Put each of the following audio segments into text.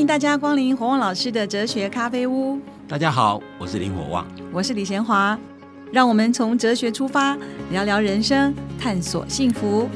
迎大家光临火旺老师的哲学咖啡屋。 大家好，我是林火旺， 我是李贤华，让我们从哲学出发，聊聊人生，探索幸福。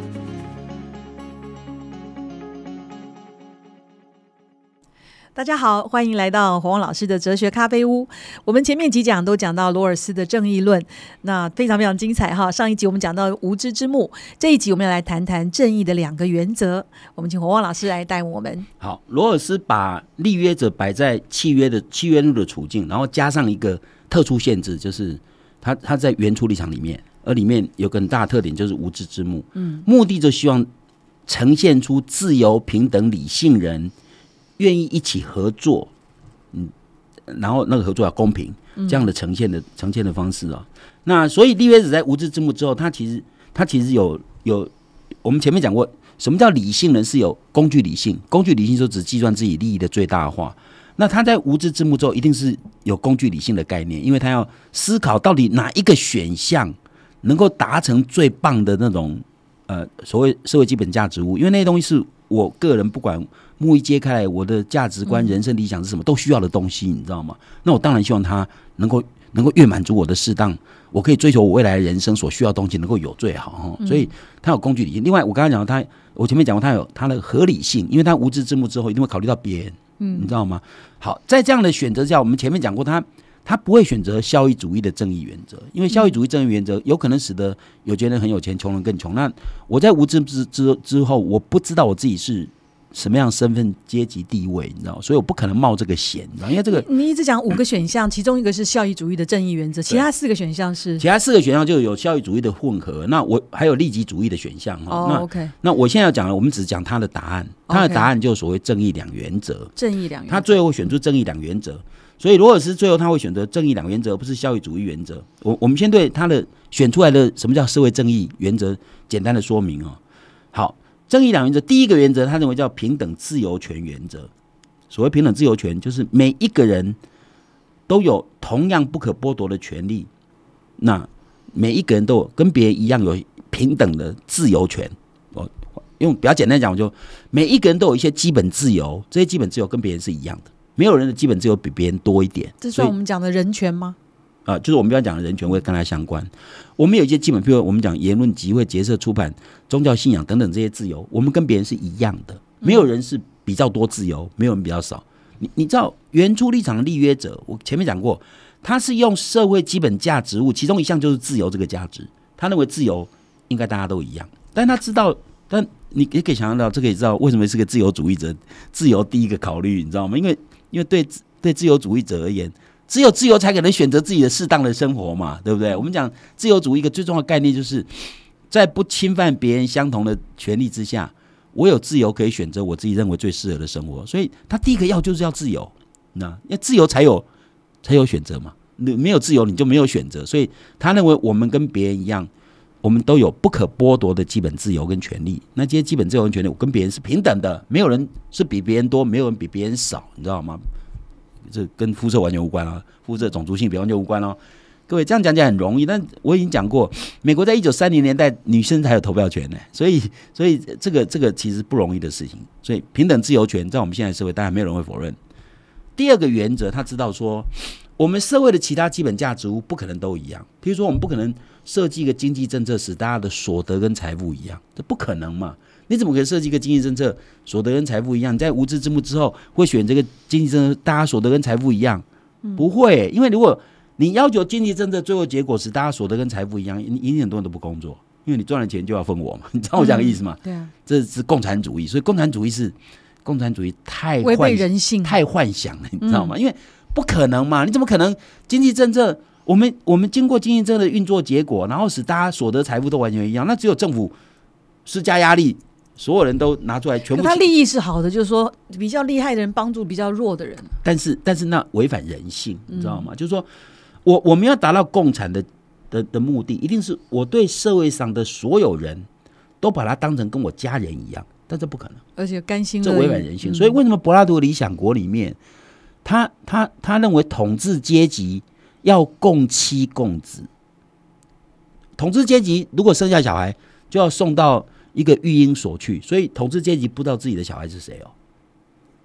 大家好，欢迎来到火旺老师的哲学咖啡屋。我们前面几讲都讲到罗尔斯的正义论，那非常非常精彩哈。上一集我们讲到无知之幕，这一集我们要来谈谈正义的2个原则。我们请火旺老师来带我们。 好，罗尔斯把立约者摆在契约路的处境，然后加上一个特殊限制，就是他在原初立场里面，而里面有个很大的特点就是无知之幕。目的就希望呈现出自由、平等、理性人愿意一起合作，然后那个合作要公平，这样的呈现的方式啊。那所以立约者在无知之幕之后，他其实有我们前面讲过，什么叫理性人是有工具理性，工具理性就只计算自己利益的最大化。那他在无知之幕之后，一定是有工具理性的概念，因为他要思考到底哪一个选项能够达成最棒的那种所谓社会基本价值物，因为那些东西是我个人不管幕一揭开来，我的价值观、人生理想是什么，都需要的东西，你知道吗？那我当然希望他能够越满足我的适当，我可以追求我未来的人生所需要的东西能够有最好，所以他有工具理性。另外，我刚才讲到我前面讲过，他有他的合理性，因为他无知之幕之后一定会考虑到别人，你知道吗？好，在这样的选择下，我们前面讲过，他不会选择效益主义的正义原则，因为效益主义正义原则有可能使得有钱人很有钱，穷人更穷。那我在无知之后，我不知道我自己是什么样身份、阶级、地位，你知道，所以我不可能冒这个险，你知道，因为这个你一直讲5个选项，其中一个是效益主义的正义原则，其他4个选项是就有效益主义的混合，那我还有利己主义的选项。 OK， 那我现在要讲的，我们只讲他的答案，他的答案就是所谓正义2原则。 正义2原则， 他最后会选出正义2原则，所以罗尔斯最后他会选择正义2原则，而不是效益主义原则。我们先对他的选出来的什么叫社会正义原则简单的说明哦。好。正义2原则，第一个原则，他认为叫平等自由权原则。所谓平等自由权，就是每一个人都有同样不可剥夺的权利，那每一个人都有跟别人一样有平等的自由权。用比较简单讲，就每一个人都有一些基本自由，这些基本自由跟别人是一样的，没有人的基本自由比别人多一点。 这算我们讲的人权吗？ 就是我们不要讲的人权会跟它相关。我们有一些基本，比如我们讲言论、集会、结社、出版、宗教信仰等等这些自由，我们跟别人是一样的，没有人是比较多自由，没有人比较少。你知道原初立场的立约者，我前面讲过，他是用社会基本价值物，其中一项就是自由这个价值，他认为自由应该大家都一样，但他知道，但你也可以想象到，这个也知道为什么是个自由主义者，自由第一个考虑，你知道吗？因为对自由主义者而言，只有自由才可能选择自己的适当的生活嘛，对不对？我们讲自由主义一个最重要的概念，就是在不侵犯别人相同的权利之下，我有自由可以选择我自己认为最适合的生活。所以他第一个就是要自由，因为自由才有选择嘛，你没有自由你就没有选择。所以他认为我们跟别人一样，我们都有不可剥夺的基本自由跟权利。那这些基本自由跟权利，我跟别人是平等的，没有人是比别人多，没有人比别人少，你知道吗？这跟肤色完全无关啊，肤色种族性别完全无关哦。各位这样讲起来很容易，但我已经讲过，美国在1930年代女生才有投票权呢，所以这个其实不容易的事情。所以平等自由权在我们现在的社会，当然没有人会否认。第二个原则，他知道说，我们社会的其他基本价值物不可能都一样。比如说，我们不可能设计一个经济政策使大家的所得跟财富一样，这不可能嘛。你怎么可以设计一个经济政策，所得跟财富一样？你在无知之幕之后会选这个经济政策，大家所得跟财富一样？不会，因为如果你要求经济政策最后结果是大家所得跟财富一样，一定很多人都不工作，因为你赚了钱就要分我嘛，你知道我讲的意思吗？ 对啊， 这是共产主义，所以共产主义太违背人性， 太幻想了，你知道吗？因为不可能嘛，你怎么可能经济政策？我们经过经济政策的运作结果，然后使大家所得财富都完全一样，那只有政府施加压力。所有人都拿出来全部， 他利益是好的，就是说比较厉害的人帮助比较弱的人， 但是那违反人性，你知道吗？就是说我们要达到共产的目的，一定是我对社会上的所有人都把他当成跟我家人一样，但这不可能， 而且甘心乐意， 这违反人性。所以为什么柏拉图的理想国里面，他认为统治阶级要共妻共子，统治阶级如果生下小孩就要送到一个育婴所去，所以统治阶级不知道自己的小孩是谁哦。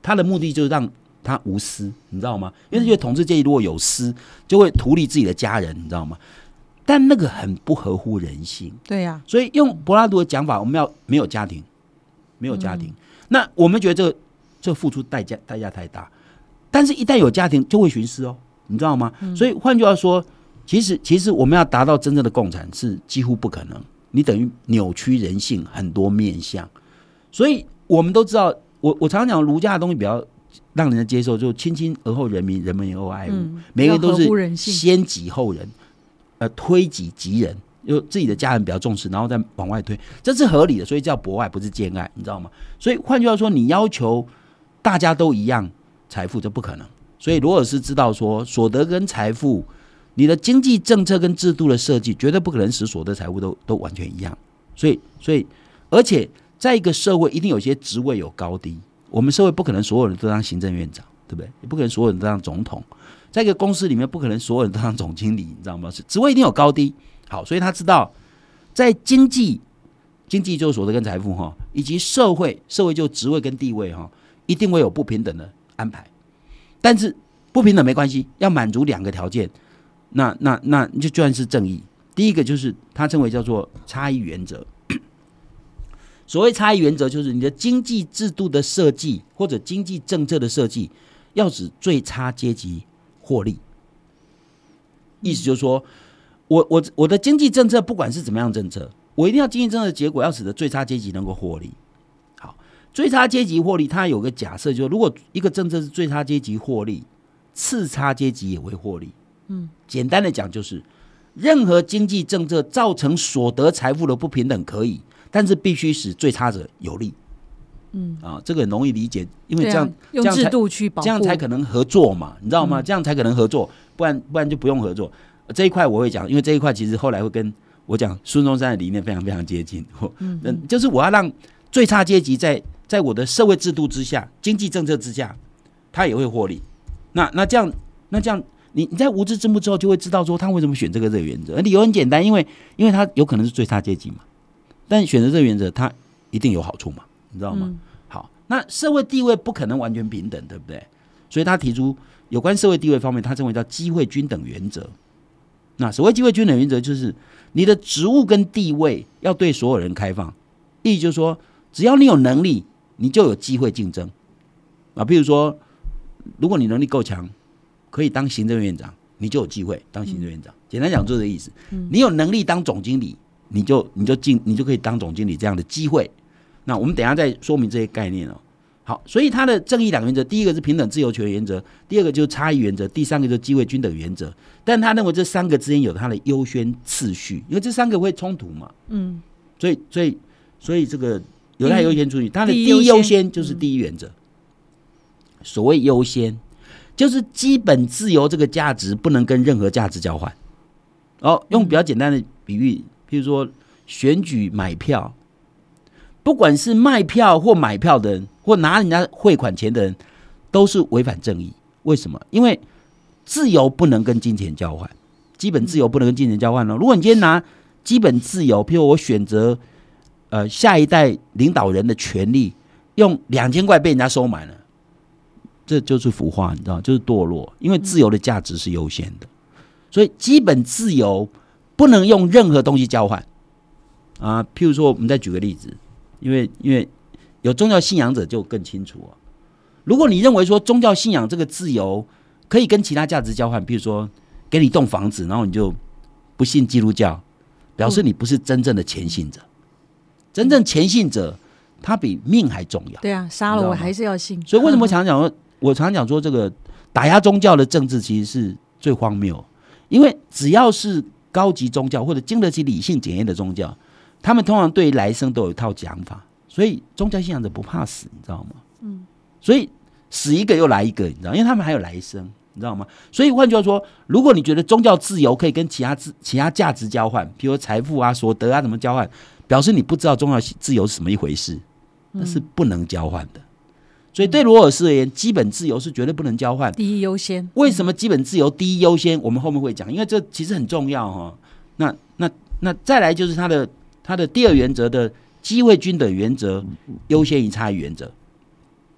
他的目的就是让他无私，你知道吗？因为觉得统治阶级如果有私，就会图利自己的家人，你知道吗？但那个很不合乎人性。 对呀、 所以用柏拉图的讲法，我们要没有家庭，没有家庭。那我们觉得这付出代价太大，但是一旦有家庭就会徇私哦，你知道吗？所以换句话说，其实我们要达到真正的共产是几乎不可能，你等于扭曲人性很多面向。所以我们都知道，我常常讲儒家的东西比较让人家接受，就亲亲而后人民，人民而后爱物，每个人都是先己后人，推己及人，就自己的家人比较重视，然后再往外推，这是合理的，所以叫博爱，不是兼爱，你知道吗？所以换句话说，你要求大家都一样财富，这不可能。所以罗尔斯知道说，所得跟财富，你的经济政策跟制度的设计，绝对不可能使所得财富都完全一样。所以，而且在一个社会，一定有些职位有高低。我们社会不可能所有人都当行政院长，对不对？也不可能所有人都当总统。在一个公司里面，不可能所有人都当总经理，你知道吗？职位一定有高低。好，所以他知道，在经济就是所得跟财富哈，以及社会就职位跟地位哈，一定会有不平等的安排。但是不平等没关系，要满足两个条件，那就算是正义。第一个就是他称为叫做差异原则。所谓差异原则，就是你的经济制度的设计或者经济政策的设计，要使最差阶级获利。意思就是说，我的经济政策不管是怎么样的政策，我一定要经济政策的结果要使得最差阶级能够获利。好，最差阶级获利，它有个假设，就是如果一个政策是最差阶级获利，次差阶级也会获利。简单的讲就是，任何经济政策造成所得财富的不平等可以，但是必须使最差者有利。这个很容易理解，因为这样用制度去保护， 这样才可能合作嘛，你知道吗？这样才可能合作，不然就不用合作。这一块我会讲，因为这一块其实后来会跟我讲孙中山的理念非常非常接近。就是我要让最差阶级在我的社会制度之下、经济政策之下，他也会获利。那这样，你在无知之幕之后，就会知道说他为什么选这个原则。理由很简单，因为他有可能是最差阶级嘛，但选择这个原则，他一定有好处嘛，你知道吗？好，那社会地位不可能完全平等，对不对？所以他提出有关社会地位方面，他称为叫机会均等原则。那所谓机会均等原则，就是你的职务跟地位要对所有人开放，意思就是说，只要你有能力，你就有机会竞争啊。比如说，如果你能力够强，可以当行政院长，你就有机会当行政院长。简单讲就是这个意思。你有能力当总经理，你就可以当总经理这样的机会。那我们等一下再说明这些概念哦。好，所以它的正义两个原则，第一个是平等自由权原则，第二个就是差异原则，第三个就是机会均等原则。但他认为这三个之间有它的优先次序，因为这三个会冲突嘛。所以这个有它的优先次序，它的第一优先就是第一原则。所谓优先，就是基本自由这个价值不能跟任何价值交换。用比较简单的比喻，譬如说选举买票，不管是卖票或买票的人，或拿人家汇款钱的人，都是违反正义。为什么？因为自由不能跟金钱交换，基本自由不能跟金钱交换哦。如果你今天拿基本自由，譬如我选择下一代领导人的权利，用2000块被人家收买了，这就是腐化，你知道，就是堕落。因为自由的价值是优先的，所以基本自由不能用任何东西交换啊。譬如说，我们再举个例子，因为有宗教信仰者就更清楚哦。如果你认为说宗教信仰这个自由可以跟其他价值交换，比如说给你一栋房子，然后你就不信基督教，表示你不是真正的虔信者。真正虔信者，他比命还重要。 对啊，杀了我还是要信。 所以为什么我常讲说这个打压宗教的政治其实是最荒谬，因为只要是高级宗教或者经得起理性检验的宗教，他们通常对来生都有一套讲法，所以宗教信仰者不怕死，你知道吗？所以死一个又来一个，你知道，因为他们还有来生，你知道吗？所以换句话说，如果你觉得宗教自由可以跟其他价值交换，比如财富啊、所得啊怎么交换，表示你不知道宗教自由是什么一回事，那是不能交换的。所以对罗尔斯而言，基本自由是绝对不能交换， 第一优先。 为什么基本自由第一优先？我们后面会讲，因为这其实很重要哈。那再来就是他的第二原则的机会均等原则优先于差异原则。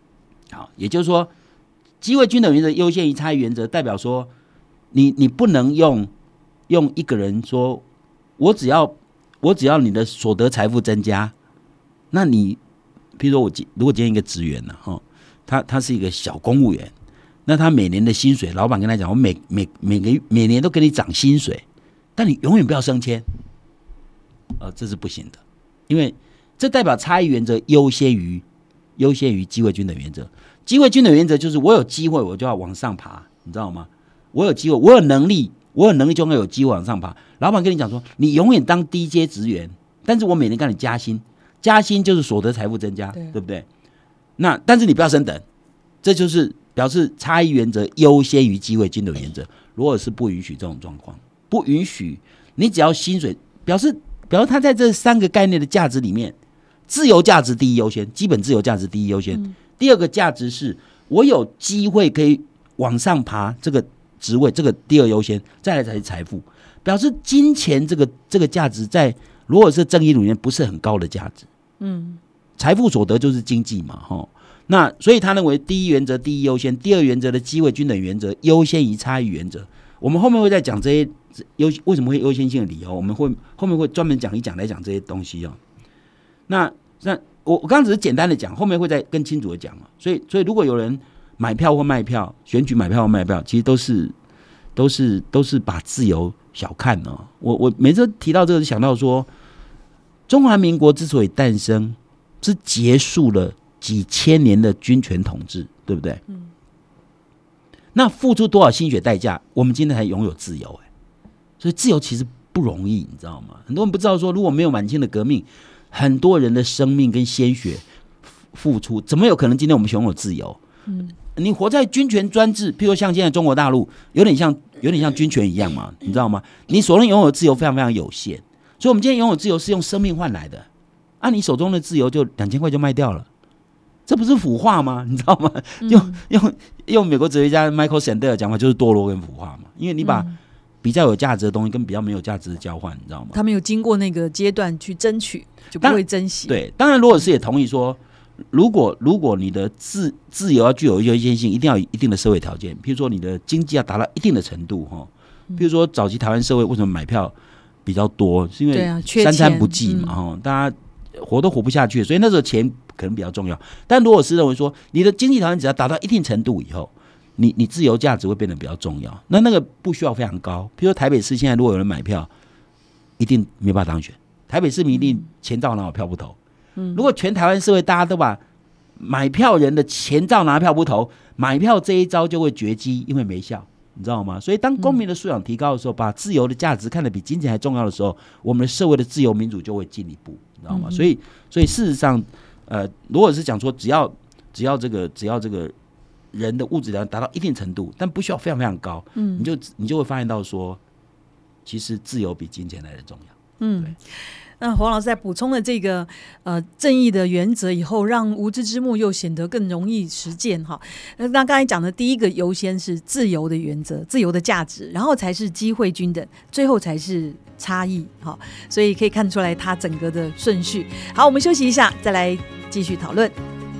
好，也就是说，机会均等原则优先于差异原则，代表说你不能用一个人说，我只要你的所得财富增加，那你比如说如果今天一个职员呢，他是一个小公务员，那他每年的薪水，老板跟他讲，我每年都给你涨薪水，但你永远不要升迁，这是不行的，因为这代表差异原则优先于机会均等原则。机会均等原则就是我有机会我就要往上爬，你知道吗？我有机会，我有能力就应该有机会往上爬。老板跟你讲说，你永远当低阶职员，但是我每年给你加薪，加薪就是所得财富增加， 对不对？那但是你不要升等，这就是表示差异原则优先于机会均等原则。罗尔斯不允许这种状况，不允许你只要薪水表示他在这3个概念的价值里面，自由价值第一优先，基本自由价值第一优先。第二个价值是我有机会可以往上爬这个职位，这个第二优先，再来才是财富。表示金钱这个价值在罗尔斯正义里面不是很高的价值。财富所得就是经济嘛，那所以他认为第一原则第一优先，第二原则的机会均等原则优先于差异原则。我们后面会再讲这些为什么会优先性的理由，我们后面会专门讲一讲来讲这些东西。那我刚刚只是简单的讲，后面会再更清楚的讲。所以如果有人买票或卖票，选举买票或卖票，其实都是把自由小看了。我每次提到这个，就想到说，中华民国之所以诞生，是结束了几千年的军权统治，对不对？那付出多少心血代价，我们今天才拥有自由？所以自由其实不容易，你知道吗？很多人不知道说，如果没有满清的革命，很多人的生命跟鲜血付出，怎么有可能今天我们拥有自由？你活在军权专制，譬如像现在中国大陆，有点像军权一样嘛，你知道吗？你所能拥有的自由非常非常有限，所以我们今天拥有自由是用生命换来的。你手中的自由就2000块就卖掉了，这不是腐化吗？你知道吗？用美国哲学家 Michael Sandel 的讲法，就是堕落跟腐化嘛。因为你把比较有价值的东西跟比较没有价值的交换，你知道吗？ 他们有经过那个阶段去争取，就不会珍惜。 对，当然罗尔斯也同意说，如果你的自由要具有优先性，一定要有一定的社会条件，譬如说你的经济要达到一定的程度。譬如说早期台湾社会为什么买票比较多，是因为三餐不济嘛，大家活都活不下去，所以那时候钱可能比较重要。但罗尔斯认为说，你的经济条件只要达到一定程度以后，你自由价值会变得比较重要。那个不需要非常高，譬如说台北市现在如果有人买票，一定没办法当选。台北市民一定钱照拿，票不投。如果全台湾社会大家都把买票人的钱照拿，票不投，买票这一招就会绝迹，因为没效，你知道吗？所以当公民的素养提高的时候，把自由的价值看得比金钱还重要的时候，我们的社会的自由民主就会进一步，你知道吗？所以事实上，罗尔斯讲说，只要这个人的物质条件达到一定程度，但不需要非常非常高，你就会发现到说，其实自由比金钱来的重要。对。 那黄老师在补充了这个正义的原则以后，让无知之幕又显得更容易实践哈。那刚才讲的第一个优先是自由的原则、自由的价值，然后才是机会均等，最后才是差异哈。所以可以看出来它整个的顺序。好，我们休息一下，再来继续讨论。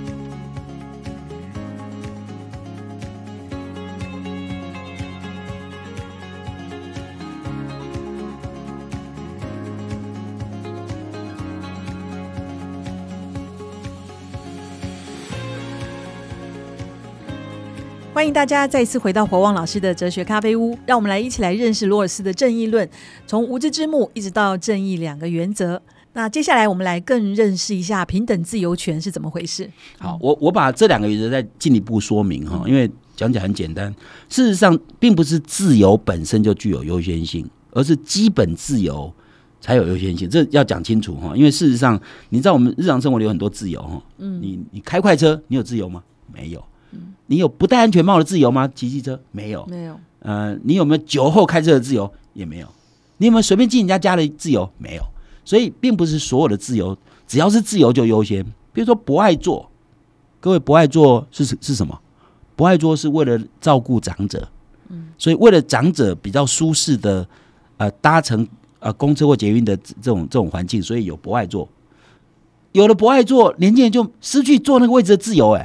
欢迎大家再次回到火旺老师的哲学咖啡屋，让我们一起来认识罗尔斯的正义论，从无知之幕一直到正义2个原则。那接下来我们来更认识一下平等自由权是怎么回事。 好，我把这2个原则再进一步说明，因为讲起来很简单。事实上并不是自由本身就具有优先性，而是基本自由才有优先性，这要讲清楚。因为事实上你知道我们日常生活里有很多自由，你开快车你有自由吗？没有。你有不戴安全帽的自由吗？骑机车没有。你有没有酒后开车的自由？也没有。你有没有随便进人家的自由？没有。所以并不是所有的自由，只要是自由就优先。比如说博爱座，各位博爱座是什么？博爱座是为了照顾长者，所以为了长者比较舒适的搭乘公车或捷运的这种环境，所以有博爱座。有了博爱座，年轻人就失去坐那个位置的自由。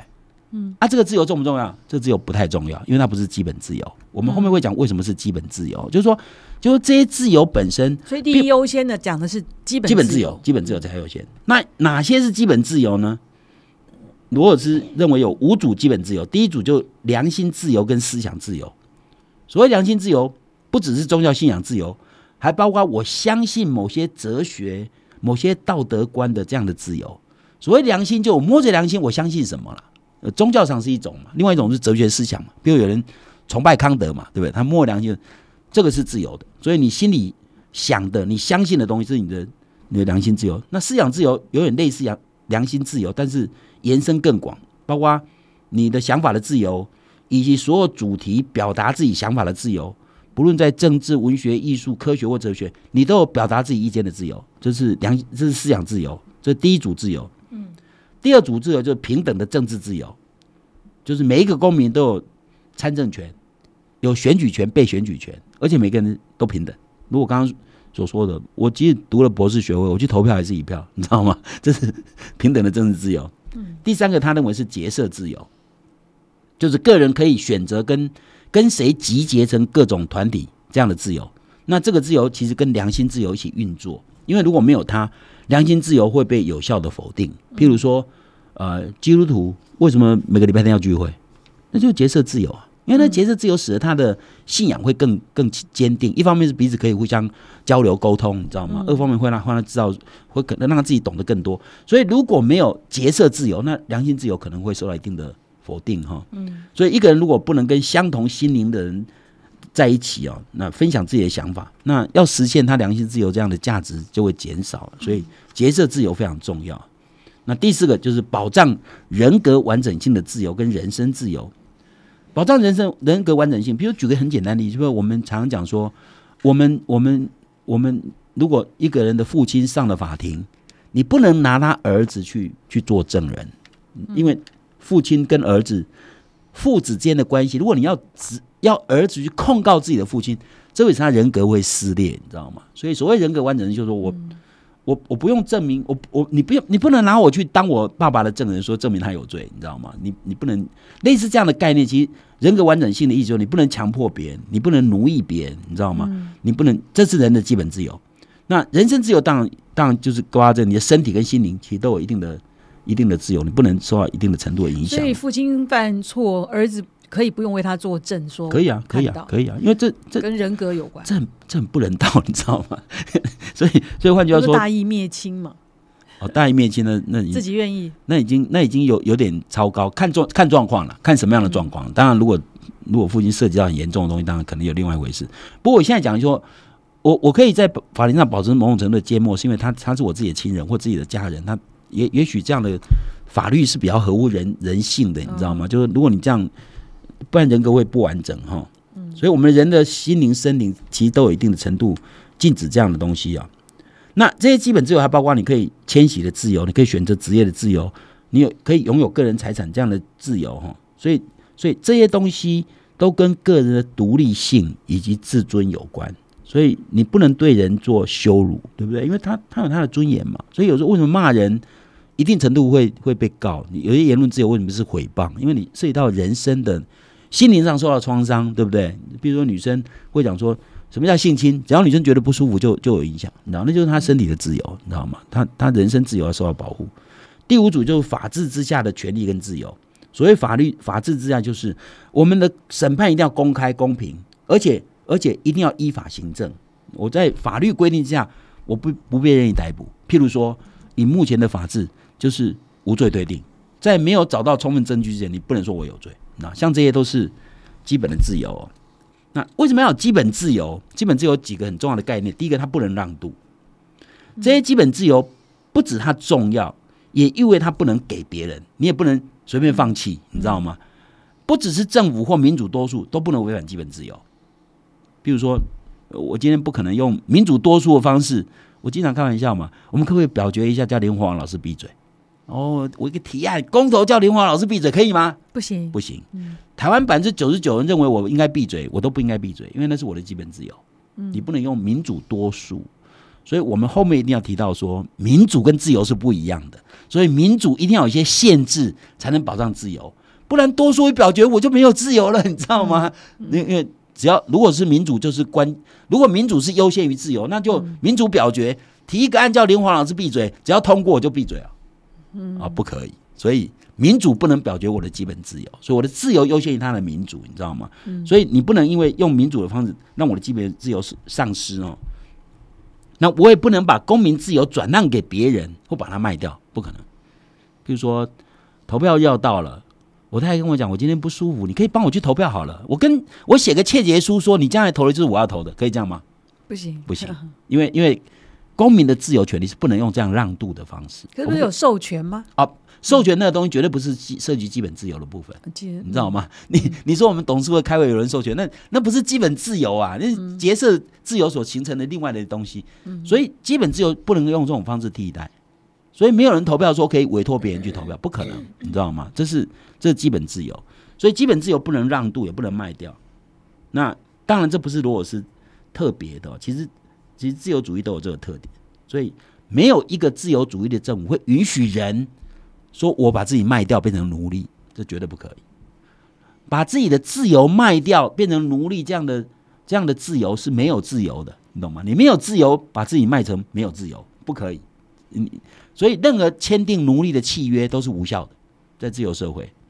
这个自由重不重要？这个自由不太重要，因为它不是基本自由。我们后面会讲为什么是基本自由，就是说这些自由本身， 所以第一优先的讲的是基本自由， 基本自由才优先。那哪些是基本自由呢？罗尔斯认为有5组基本自由，第一组就良心自由跟思想自由。所谓良心自由，不只是宗教信仰自由，还包括我相信某些哲学、某些道德观的这样的自由。所谓良心，就我摸着良心，我相信什么了。宗教上是一种嘛，另外一种是哲学思想嘛，比如有人崇拜康德嘛，对不对？他摸良心，这个是自由的。所以你心里想的、你相信的东西是你的良心自由。那思想自由有点类似良心自由，但是延伸更广，包括你的想法的自由，以及所有主题表达自己想法的自由，不论在政治、文学、艺术、科学或哲学，你都有表达自己意见的自由，这是思想自由，这是第一组自由。第二组自由就是平等的政治自由，就是每一个公民都有参政权、有选举权、被选举权，而且每个人都平等。如果刚刚所说的，我即使读了博士学位，我去投票还是一票，你知道吗？这是平等的政治自由。第三个他认为是结社自由，就是个人可以选择跟谁集结成各种团体这样的自由。那这个自由其实跟良心自由一起运作，因为如果没有它，良心自由会被有效的否定。譬如说基督徒为什么每个礼拜天要聚会？那就是结社自由啊，因为那结社自由使得他的信仰会更坚定。一方面是彼此可以互相交流沟通，你知道吗？二方面会让他知道，会可能让他自己懂得更多。所以如果没有结社自由，那良心自由可能会受到一定的否定哈。所以一个人如果不能跟相同心灵的人在一起哦，那分享自己的想法，那要实现他良心自由这样的价值就会减少了。所以结社自由非常重要。那第四个就是保障人格完整性的自由跟人身自由。保障人格完整性，比如举个很简单的例子，就是我们常常讲说，我们如果一个人的父亲上了法庭，你不能拿他儿子去做证人，因为父亲跟儿子父子之间的关系，如果你要儿子去控告自己的父亲，这会使他人格会撕裂，你知道吗？所以所谓人格完整性，就是说我不用证明，你不能拿我去当我爸爸的证人，说证明他有罪，你知道吗？你不能类似这样的概念。其实人格完整性的意思就是你不能强迫别人，你不能奴役别人，你知道吗？你不能，这是人的基本自由。那人身自由当然就是包括着你的身体跟心灵，其实都有一定的自由，你不能受到一定的程度的影响。 所以父亲犯错，儿子可以不用为他作证，说可以啊，因为这跟人格有关， 这很不人道，你知道吗？所以换句话说， 大义灭亲嘛。 大义灭亲呢，那自己愿意， 那已经有点超高，看状况了，看什么样的状况。当然，如果父亲涉及到很严重的东西，当然可能有另外一回事。不过我现在讲说，我可以在法庭上保持某种程度的缄默，是因为他是我自己的亲人或自己的家人，他也许这样的法律是比较合乎人性的，你知道吗？就是如果你这样，不然人格会不完整哈。所以我们人的心灵、身灵其实都有一定的程度禁止这样的东西啊。那这些基本自由还包括你可以迁徙的自由，你可以选择职业的自由，你可以拥有个人财产这样的自由哈。所以这些东西都跟个人的独立性以及自尊有关。所以你不能对人做羞辱，对不对？因为他有他的尊严嘛。所以有时候为什么骂人，一定程度会被告。有些言论自由为什么是诽谤？因为你涉及到人生的心灵上受到创伤，对不对？比如说女生会讲说什么叫性侵，只要女生觉得不舒服就有影响，你知道，那就是她身体的自由，你知道吗？她人身自由要受到保护。第五组就是法治之下的权利跟自由。所谓法治之下，就是我们的审判一定要公开公平，而且一定要依法行政。我在法律规定之下，我不被任意逮捕。譬如说，以目前的法治，就是无罪推定，在没有找到充分证据之前，你不能说我有罪。那像这些都是基本的自由哦。那为什么要有基本自由？基本自由有几个很重要的概念。第一个，它不能让渡。这些基本自由不止它重要，也意味它不能给别人，你也不能随便放弃，你知道吗？不只是政府或民主多数都不能违反基本自由。比如说，我今天不可能用民主多数的方式，我经常开玩笑嘛，我们可不可以表决一下叫连华王老师闭嘴？我一个提案，公投叫连华老师闭嘴，可以吗？ 不行， 不行。台湾99%人认为我应该闭嘴，我都不应该闭嘴，因为那是我的基本自由。你不能用民主多数，所以我们后面一定要提到说，民主跟自由是不一样的，所以民主一定要有一些限制，才能保障自由。 不然多数表决我就没有自由了，你知道吗？因为只要如果是民主就是如果民主是优先于自由，那就民主表决提一个案叫连黄老师闭嘴，只要通过我就闭嘴啊，不可以。所以民主不能表决我的基本自由，所以我的自由优先于他的民主，你知道吗？所以你不能因为用民主的方式让我的基本自由丧失哦。那我也不能把公民自由转让给别人或把它卖掉，不可能。比如说投票要到了，我太太跟我讲我今天不舒服，你可以帮我去投票好了，我写个切结书说你将来投的就是我要投的，可以这样吗？ 不行， 不行，因为公民的自由权利是不能用这样让渡的方式。 可是不是有授权吗？ 授权那个东西绝对不是涉及基本自由的部分，你知道吗？你说我们董事会开会有人授权，那不是基本自由啊，那结社自由所形成的另外的东西，所以基本自由不能用这种方式替代。所以没有人投票说可以委托别人去投票，不可能，你知道吗？这是基本自由，所以基本自由不能让渡，也不能卖掉。那当然这不是罗尔斯特别的，其实自由主义都有这个特点，所以没有一个自由主义的政府会允许人说我把自己卖掉变成奴隶，这绝对不可以。把自己的自由卖掉变成奴隶，这样的自由是没有自由的，你懂吗？你没有自由，把自己卖成没有自由，不可以。所以任何签订奴隶的契约都是无效的，在自由社会。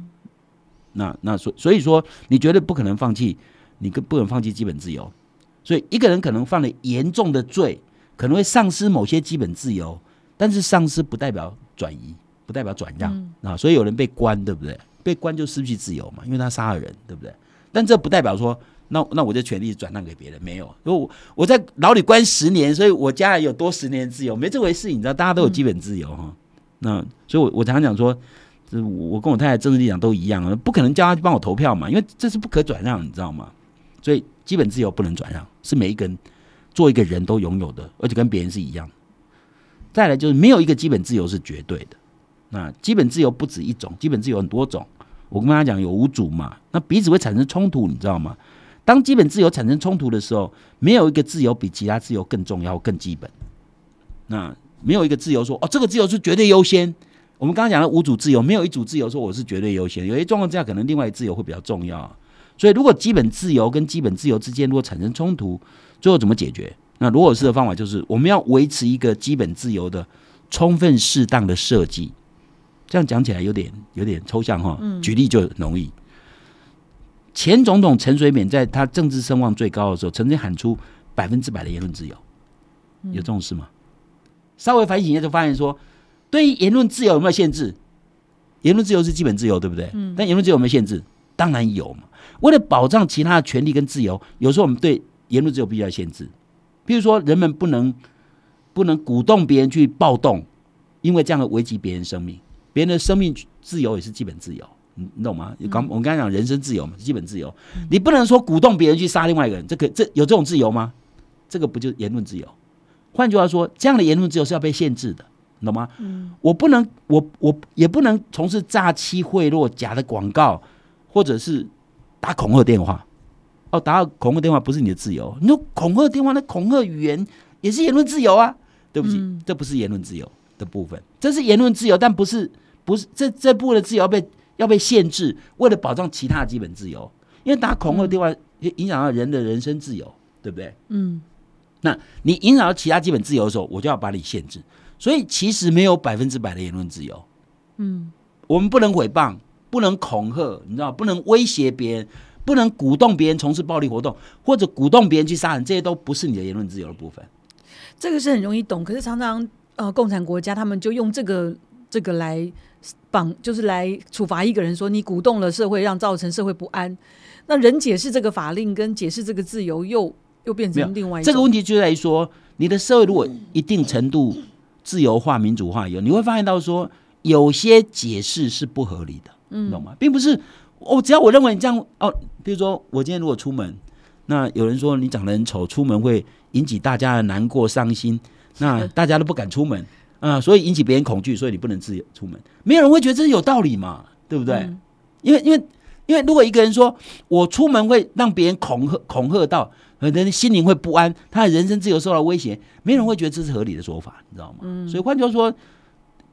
所以说你绝对不可能放弃，你不能放弃基本自由。所以一个人可能犯了严重的罪，可能会丧失某些基本自由，但是丧失不代表转移，不代表转让所以有人被关，对不对？被关就失去自由嘛，因为他杀了人，对不对？但这不代表说那我的权利转让给别人，没有。我在牢里关10年，所以我家人有多10年的自由，没这回事，你知道，大家都有基本自由那所以我常常讲说，我跟我太太政治立场都一样，不可能叫他去帮我投票嘛，因为这是不可转让，你知道吗？所以基本自由不能转让，是每一个人做一个人都拥有的，而且跟别人是一样的。再来就是没有一个基本自由是绝对的，那基本自由不止一种，基本自由很多种。我跟他讲有5种嘛，那彼此会产生冲突，你知道吗？当基本自由产生冲突的时候，没有一个自由比其他自由更重要、更基本。那没有一个自由说这个自由是绝对优先。我们刚刚讲的5组自由，没有一组自由说我是绝对优先，有些状况之下可能另外一个自由会比较重要。所以如果基本自由跟基本自由之间如果产生冲突，最后怎么解决？那罗尔斯的方法就是我们要维持一个基本自由的充分适当的设计。这样讲起来有点抽象举例就容易。前总统陈水扁在他政治声望最高的时候，曾经喊出100%的言论自由，有这种事吗？稍微反省一下就发现说，对于言论自由有没有限制？言论自由是基本自由，对不对？但言论自由有没有限制？当然有嘛。为了保障其他的权利跟自由，有时候我们对言论自由必须要限制。譬如说，人们不能鼓动别人去暴动，因为这样的危及别人生命。别人的生命自由也是基本自由，你懂吗？我们刚才讲人身自由嘛，基本自由。你不能说鼓动别人去杀另外一个人，有这种自由吗？这个不就是言论自由？换句话说，这样的言论自由是要被限制的，你懂吗？我不能，我也不能从事诈欺贿赂、假的广告，或者是打恐吓电话。打恐吓电话不是你的自由，你说恐吓电话，那恐吓语言也是言论自由啊。对不起，这不是言论自由的部分，这是言论自由，但不是这部分的自由要被限制，为了保障其他的基本自由。因为打恐吓电话影响到人的人身自由，对不对？那你影响到其他基本自由的时候，我就要把你限制。所以其实没有100%的言论自由。我们不能诽谤，不能恐吓，你知道，不能威胁别人，不能鼓动别人从事暴力活动，或者鼓动别人去杀人，这些都不是你的言论自由的部分。 这个是很容易懂，可是常常共产国家他们就用这个来就是来处罚一个人，说你鼓动了社会，让造成社会不安。那人解释这个法令跟解释这个自由又变成另外一种。这个问题就在于说，你的社会如果一定程度自由化、民主化以后，你会发现到说，有些解释是不合理的，你懂吗？并不是只要我认为你这样比如说我今天如果出门，那有人说你长得很丑，出门会引起大家的难过、伤心，那大家都不敢出门所以引起别人恐惧，所以你不能自由出门。没有人会觉得这是有道理嘛，对不对？因为如果一个人说我出门会让别人恐吓到，人心灵会不安，他的人身自由受到威胁，没人会觉得这是合理的说法，你知道吗？所以换句话说，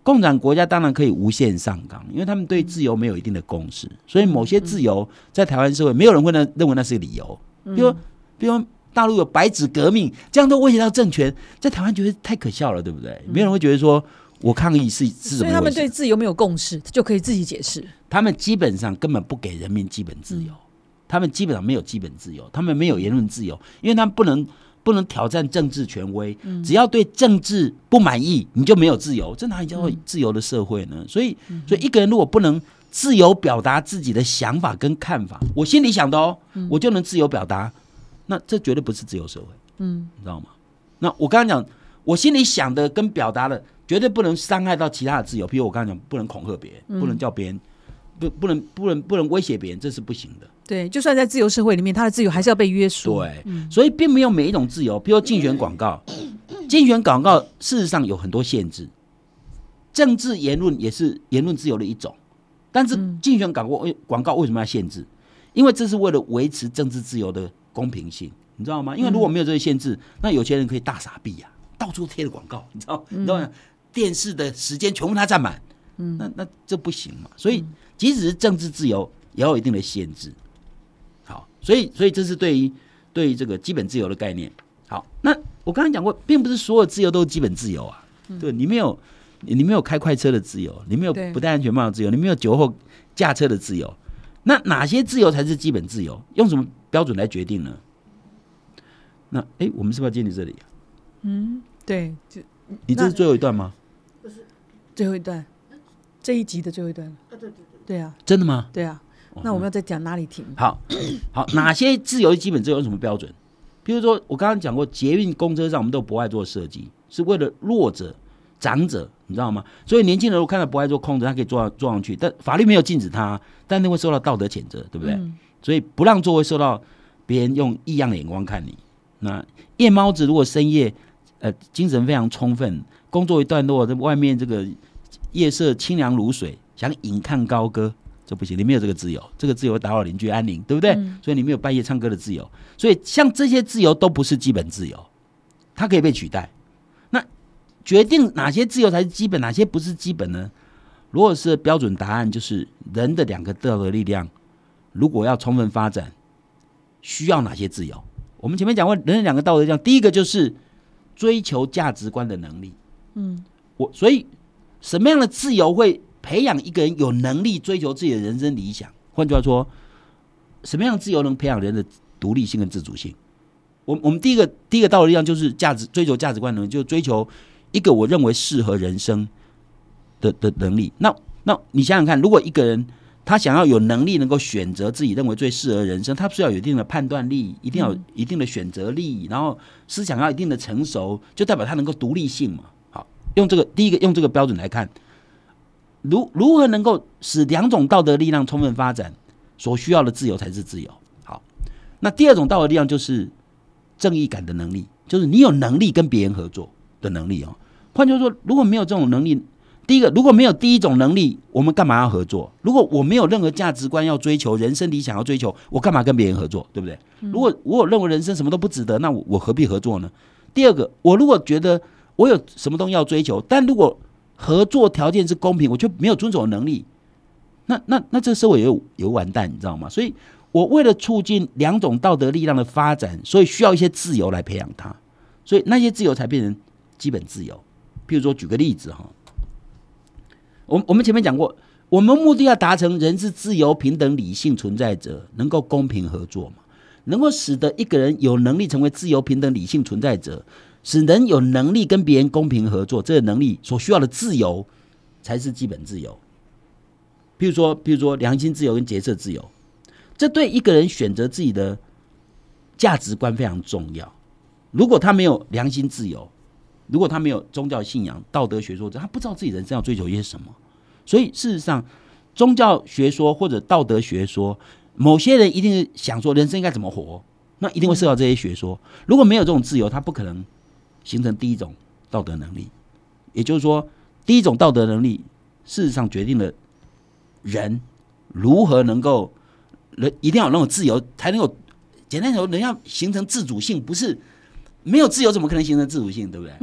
共产国家当然可以无限上纲，因为他们对自由没有一定的共识，所以某些自由在台湾社会没有人会认为那是个理由。比如大陆有白纸革命，这样都威胁到政权，在台湾觉得太可笑了，对不对？没有人会觉得说我抗议是怎么回事， 所以他们对自由没有共识，就可以自己解释。 他们基本上根本不给人民基本自由，他们基本上没有基本自由，他们没有言论自由，因为他们不能挑战政治权威，只要对政治不满意，你就没有自由，这哪里叫做自由的社会呢？所以一个人如果不能自由表达自己的想法跟看法，我心里想的我就能自由表达，那这绝对不是自由社会，你知道吗？那我刚刚讲，我心里想的跟表达的，绝对不能伤害到其他的自由，譬如我刚刚讲，不能恐吓别人，不能叫别人，不能威胁别人，这是不行的。 对，就算在自由社会里面，他的自由还是要被约束。 对，所以并没有每一种自由，譬如竞选广告，竞选广告事实上有很多限制，政治言论也是言论自由的一种，但是竞选广告为什么要限制？因为这是为了维持政治自由的公平性，你知道吗？因为如果没有这些限制，那有些人可以大撒币啊，到处贴的广告，你知道吗？电视的时间全部他占满，那这不行嘛。所以即使是政治自由，也要有一定的限制。好，所以这是对于这个基本自由的概念。好，那我刚才讲过，并不是所有自由都是基本自由啊。对，你没有开快车的自由，你没有不戴安全帽的自由，你没有酒后驾车的自由。那哪些自由才是基本自由？用什么标准来决定呢？那我们是不是要建立这里？ 对， 你这是最后一段吗？ 不是最后一段，这一集的最后一段。对啊， 真的吗？ 对啊。那我们要再讲哪里停？ 好，哪些自由基本自由有什么标准？譬如说，我刚刚讲过，捷运、公车上我们都不爱做设计，是为了弱者、长者，你知道吗？所以年轻人如果看到不爱做空的，他可以坐上去，但法律没有禁止他，但那会受到道德谴责，对不对？所以不让座会受到别人用异样的眼光看你。那夜猫子如果深夜精神非常充分，工作一段落，在外面这个夜色清凉如水，想饮看高歌，这不行，你没有这个自由，这个自由会打扰邻居安宁，对不对？所以你没有半夜唱歌的自由，所以像这些自由都不是基本自由，它可以被取代。那决定哪些自由才是基本，哪些不是基本呢？罗尔斯的标准答案就是人的两个道德力量，如果要充分发展，需要哪些自由？我们前面讲过，人的两个道德力量，第一个就是追求价值观的能力。所以什么样的自由会培养一个人有能力追求自己的人生理想？换句话说，什么样的自由能培养人的独立性跟自主性？我们第一个道德力量就是追求价值观能力，就是追求一个我认为适合人生的能力。那你想想看，如果一个人他想要有能力能够选择自己认为最适合的人生，他是要有一定的判断力，一定要有一定的选择力，然后思想要一定的成熟，就代表他能够独立性嘛。好，第一个用这个标准来看，如何能够使两种道德力量充分发展，所需要的自由才是自由。好，那第二种道德力量就是正义感的能力，就是你有能力跟别人合作的能力哦。换句话说，如果没有这种能力，第一个，如果没有第一种能力，我们干嘛要合作？如果我没有任何价值观要追求，人生理想要追求，我干嘛跟别人合作？对不对？如果我认为人生什么都不值得，那我何必合作呢？第二个，我如果觉得我有什么东西要追求，但如果合作条件是公平，我就没有遵守的能力，那这个社会有完蛋，你知道吗？所以我为了促进两种道德力量的发展，所以需要一些自由来培养它，所以那些自由才变成基本自由。譬如说，举个例子哈，我们前面讲过，我们目的要达成人是自由、平等、理性存在者，能够公平合作嘛，能够使得一个人有能力成为自由、平等、理性存在者，使人有能力跟别人公平合作，这个能力所需要的自由才是基本自由。譬如说良心自由跟节制自由，这对一个人选择自己的价值观非常重要。如果他没有良心自由，如果他没有宗教信仰、道德学说，他不知道自己人生要追求一些什么。所以事实上，宗教学说或者道德学说，某些人一定是想说人生应该怎么活，那一定会受到这些学说。如果没有这种自由，他不可能形成第一种道德能力。也就是说，第一种道德能力事实上决定了人如何能够，人一定要有那种自由，才能够简单说，人要形成自主性，不是没有自由怎么可能形成自主性，对不对？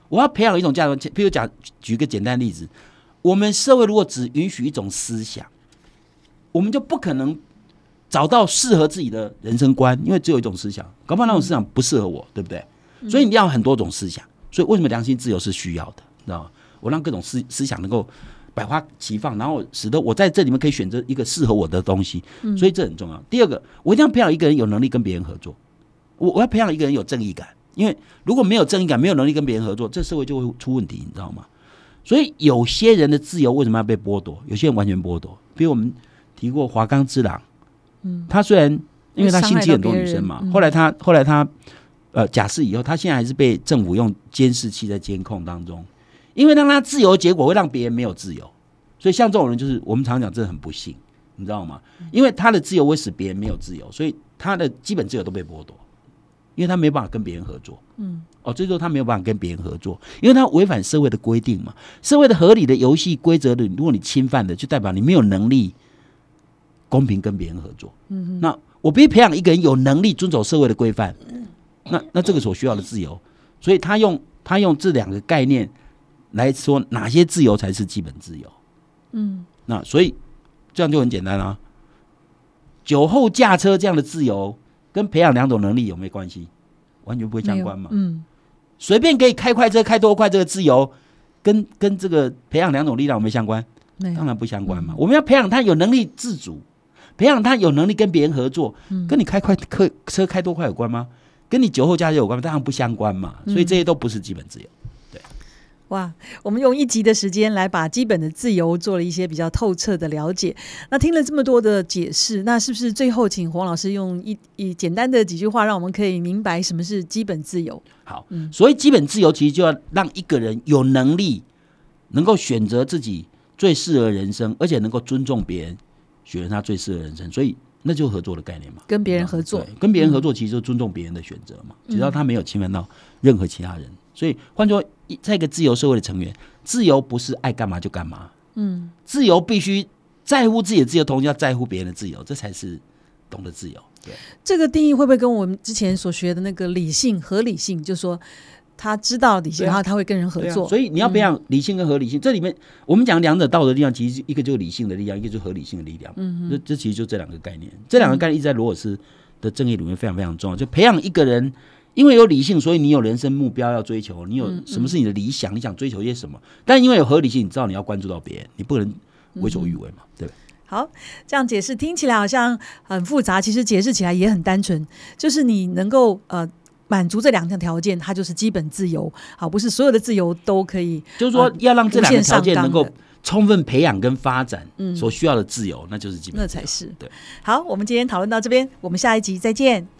我要培养一种价值观。譬如举一个简单的例子，我们社会如果只允许一种思想，我们就不可能找到适合自己的人生观，因为只有一种思想，搞不好那种思想不适合我，对不对？所以你要有很多种思想。所以为什么良心自由是需要的，你知道吗？我让各种思想能够百花齐放，然后使得我在这里面可以选择一个适合我的东西，所以这很重要。第二个，我一定要培养一个人有能力跟别人合作，我要培养一个人有正义感，因为如果没有正义感，没有能力跟别人合作，这社会就会出问题，你知道吗？所以有些人的自由为什么要被剥夺？有些人完全剥夺，比如我们提过华冈之狼，他虽然因为他性侵很多女生嘛，后来他假释以后，他现在还是被政府用监视器在监控当中，因为让他自由的结果会让别人没有自由，所以像这种人就是我们常讲真的很不幸，你知道吗？因为他的自由会使别人没有自由，所以他的基本自由都被剥夺，因为他没办法跟别人合作。最终他没有办法跟别人合作，因为他违反社会的规定嘛。社会的合理的游戏规则的，如果你侵犯的，就代表你没有能力公平跟别人合作。那我必须培养一个人有能力遵守社会的规范。那这个所需要的自由，所以他用这两个概念来说哪些自由才是基本自由。那所以这样就很简单啊。酒后驾车这样的自由跟培养两种能力有没有关系？完全不会相关嘛。随便可以开快车开多快这个自由跟这个培养两种力量有没有相关？当然不相关嘛。我们要培养他有能力自主，培养他有能力跟别人合作，跟你开车开多快有关吗？跟你酒后驾车有关吗？当然不相关嘛。所以这些都不是基本自由。对， 哇，我们用一集的时间来把基本的自由做了一些比较透彻的了解。那听了这么多的解释，那是不是最后请洪老师用一简单的几句话，让我们可以明白什么是基本自由？ 好，所以基本自由其实就要让一个人有能力能够选择自己最适合的人生，而且能够尊重别人选择他最适合的人生。所以那就是合作的概念嘛， 跟别人合作， 跟别人合作其实就尊重别人的选择嘛，只要他没有侵犯到任何其他人。所以换作在一个自由社会的成员，自由不是爱干嘛就干嘛，自由必须在乎自己的自由，同时要在乎别人的自由，这才是懂得自由。对， 这个定义会不会跟我们之前所学的那个理性、合理性，就是说他知道理性，然后他会跟人合作， 所以你要培养理性跟合理性。这里面我们讲两者道德力量，其实一个就是理性的力量，一个就是合理性的力量。这其实就这两个概念，这两个概念一直在罗尔斯的正义里面非常非常重要。就培养一个人，因为有理性，所以你有人生目标要追求，你有什么是你的理想，你想追求些什么？但因为有合理性，你知道你要关注到别人，你不能为所欲为嘛，对不对？ 好，这样解释听起来好像很复杂，其实解释起来也很单纯，就是你能够满足这两项条件，它就是基本自由。好，不是所有的自由都可以， 就是说要让这两个条件能够充分培养跟发展所需要的自由，那就是基本自由， 那才是对。 好，我们今天讨论到这边，我们下一集再见。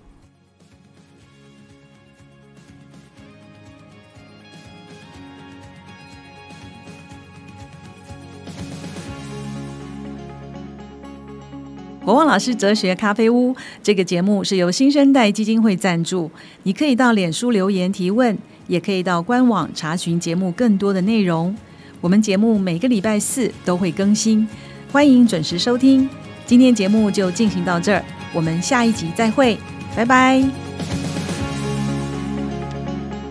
国旺老师哲学咖啡屋这个节目是由新生代基金会赞助，你可以到脸书留言提问，也可以到官网查询节目更多的内容。我们节目每个礼拜4都会更新，欢迎准时收听。今天节目就进行到这儿，我们下一集再会，拜拜。